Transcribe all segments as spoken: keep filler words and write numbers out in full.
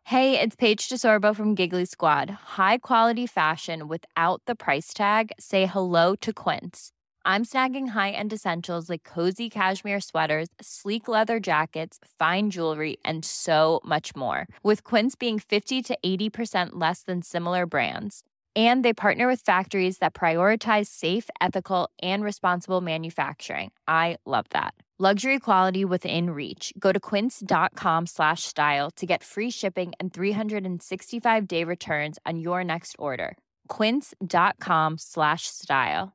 Hey, it's Paige DeSorbo from Giggly Squad. High quality fashion without the price tag. Say hello to Quince. I'm snagging high-end essentials like cozy cashmere sweaters, sleek leather jackets, fine jewelry, and so much more. With Quince being fifty to eighty percent less than similar brands. And they partner with factories that prioritize safe, ethical, and responsible manufacturing. I love that. Luxury quality within reach. Go to quince.com slash style to get free shipping and three sixty-five day returns on your next order. Quince.com slash style.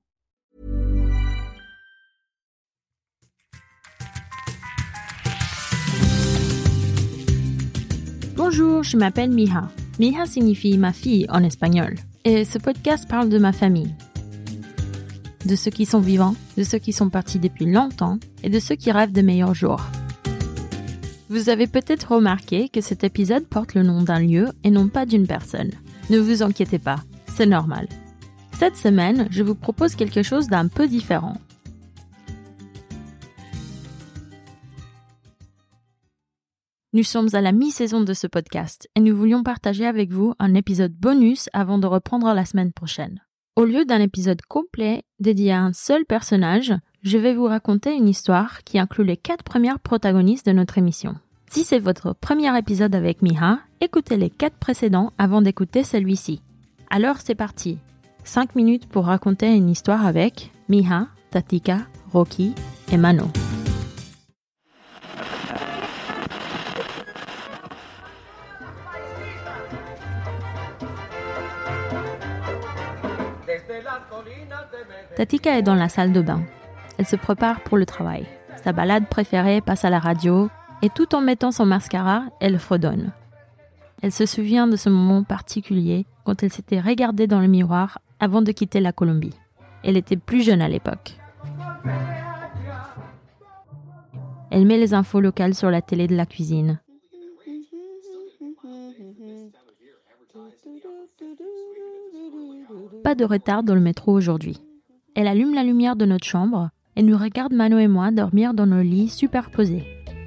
Bonjour, je m'appelle Mija. Mija signifie ma fille en espagnol. Et ce podcast parle de ma famille. De ceux qui sont vivants, de ceux qui sont partis depuis longtemps et de ceux qui rêvent de meilleurs jours. Vous avez peut-être remarqué que cet épisode porte le nom d'un lieu et non pas d'une personne. Ne vous inquiétez pas, c'est normal. Cette semaine, je vous propose quelque chose d'un peu différent. Nous sommes à la mi-saison de ce podcast et nous voulions partager avec vous un épisode bonus avant de reprendre la semaine prochaine. Au lieu d'un épisode complet dédié à un seul personnage, je vais vous raconter une histoire qui inclut les quatre premières protagonistes de notre émission. Si c'est votre premier épisode avec Mija, écoutez les quatre précédents avant d'écouter celui-ci. Alors c'est parti. cinq minutes pour raconter une histoire avec Mija, Tatika, Rocky et Mano. Tatika est dans la salle de bain. Elle se prépare pour le travail. Sa balade préférée passe à la radio et tout en mettant son mascara, elle fredonne. Elle se souvient de ce moment particulier quand elle s'était regardée dans le miroir avant de quitter la Colombie. Elle était plus jeune à l'époque. Elle met les infos locales sur la télé de la cuisine. Pas de retard dans le métro aujourd'hui. Elle allume la lumière de notre chambre et nous regarde Mano et moi dormir dans nos lits superposés.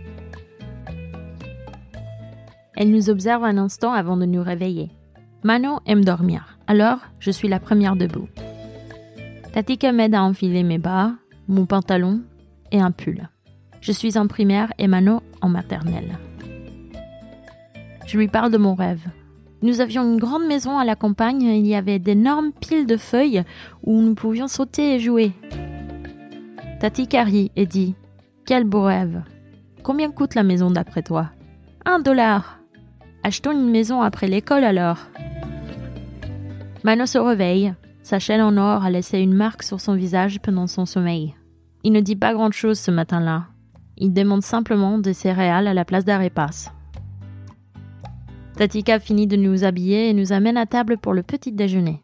Elle nous observe un instant avant de nous réveiller. Mano aime dormir, alors je suis la première debout. Tatika m'aide à enfiler mes bas, mon pantalon et un pull. Je suis en primaire et Mano en maternelle. Je lui parle de mon rêve. Nous avions une grande maison à la campagne et il y avait d'énormes piles de feuilles où nous pouvions sauter et jouer. Tatika rit et dit « Quel beau rêve ! Combien coûte la maison d'après toi ?»« Un dollar !»« Achetons une maison après l'école alors !» Mano se réveille. Sa chaîne en or a laissé une marque sur son visage pendant son sommeil. Il ne dit pas grand-chose ce matin-là. Il demande simplement des céréales à la place d'arepas. Tatika finit de nous habiller et nous amène à table pour le petit déjeuner.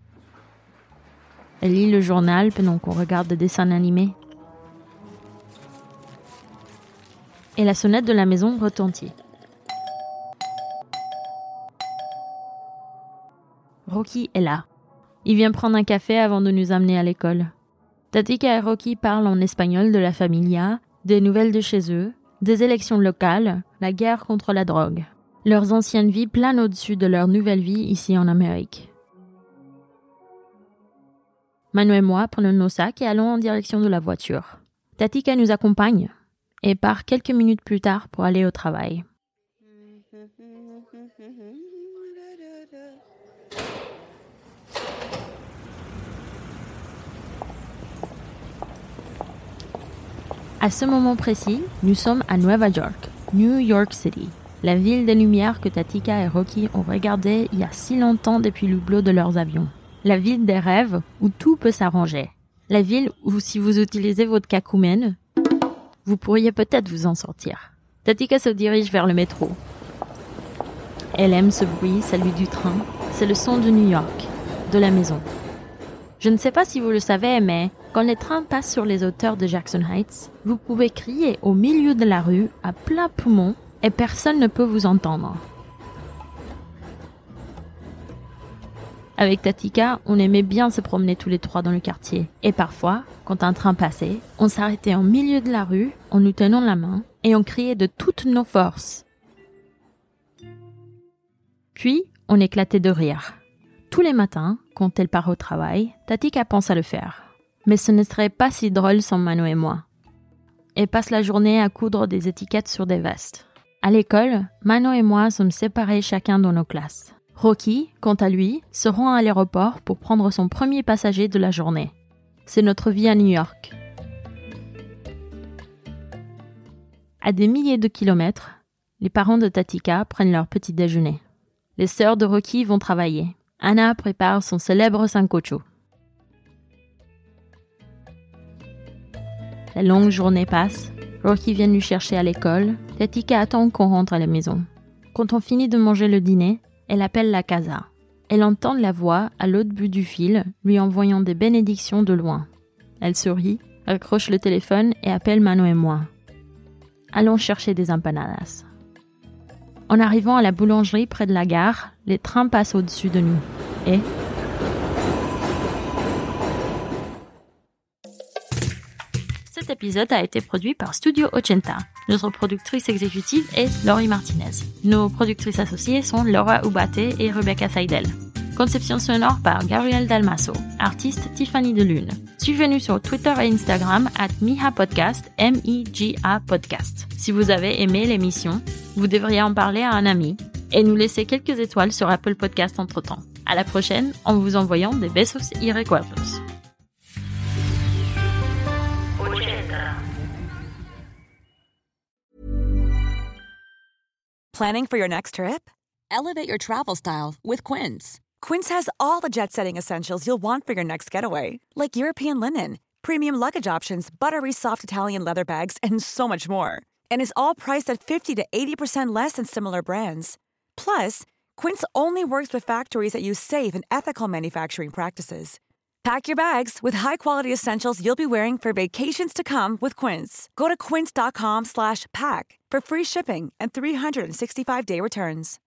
Elle lit le journal pendant qu'on regarde des dessins animés. Et la sonnette de la maison retentit. Rocky est là. Il vient prendre un café avant de nous amener à l'école. Tatika et Rocky parlent en espagnol de la familia, des nouvelles de chez eux, des élections locales, la guerre contre la drogue. Leurs anciennes vies planent au-dessus de leur nouvelle vie ici en Amérique. Mano et moi prenons nos sacs et allons en direction de la voiture. Tatika nous accompagne et part quelques minutes plus tard pour aller au travail. À ce moment précis, nous sommes à Nueva York, New York City. La ville des Lumières que Tatika et Rocky ont regardée il y a si longtemps depuis l'hublot de leurs avions. La ville des rêves où tout peut s'arranger. La ville où si vous utilisez votre cacoumène, vous pourriez peut-être vous en sortir. Tatika se dirige vers le métro. Elle aime ce bruit, celui du train. C'est le son de New York, de la maison. Je ne sais pas si vous le savez, mais quand les trains passent sur les hauteurs de Jackson Heights, vous pouvez crier au milieu de la rue à plein poumon et personne ne peut vous entendre. Avec Tatika, on aimait bien se promener tous les trois dans le quartier. Et parfois, quand un train passait, on s'arrêtait en milieu de la rue en nous tenant la main et on criait de toutes nos forces. Puis, on éclatait de rire. Tous les matins, quand elle part au travail, Tatika pense à le faire. Mais ce ne serait pas si drôle sans Mano et moi. Elle passe la journée à coudre des étiquettes sur des vestes. À l'école, Mano et moi sommes séparés chacun dans nos classes. Rocky, quant à lui, se rend à l'aéroport pour prendre son premier passager de la journée. C'est notre vie à New York. À des milliers de kilomètres, les parents de Tatika prennent leur petit déjeuner. Les sœurs de Rocky vont travailler. Anna prépare son célèbre sancocho. La longue journée passe. Rocky vient nous chercher à l'école. Tatika attend qu'on rentre à la maison. Quand on finit de manger le dîner, elle appelle la casa. Elle entend la voix à l'autre bout du fil, lui envoyant des bénédictions de loin. Elle sourit, accroche le téléphone et appelle Mano et moi. Allons chercher des empanadas. En arrivant à la boulangerie près de la gare, les trains passent au-dessus de nous. Et... Cet épisode a été produit par Studio Ochenta. Notre productrice exécutive est Laurie Martinez. Nos productrices associées sont Laura Ubate et Rebecca Seidel. Conception sonore par Gabriel Dalmasso. Artiste Tiffany Delune. Suivez-nous sur Twitter et Instagram at Miha Podcast, M I G A Podcast. Si vous avez aimé l'émission, vous devriez en parler à un ami et nous laisser quelques étoiles sur Apple Podcast entre-temps. À la prochaine en vous envoyant des besos y recuerdos. Planning for your next trip? Elevate your travel style with Quince. Quince has all the jet-setting essentials you'll want for your next getaway, like European linen, premium luggage options, buttery soft Italian leather bags, and so much more. And is all priced at fifty to eighty percent less than similar brands. Plus, Quince only works with factories that use safe and ethical manufacturing practices. Pack your bags with high-quality essentials you'll be wearing for vacations to come with Quince. Go to quince.com slash pack for free shipping and three sixty-five day returns.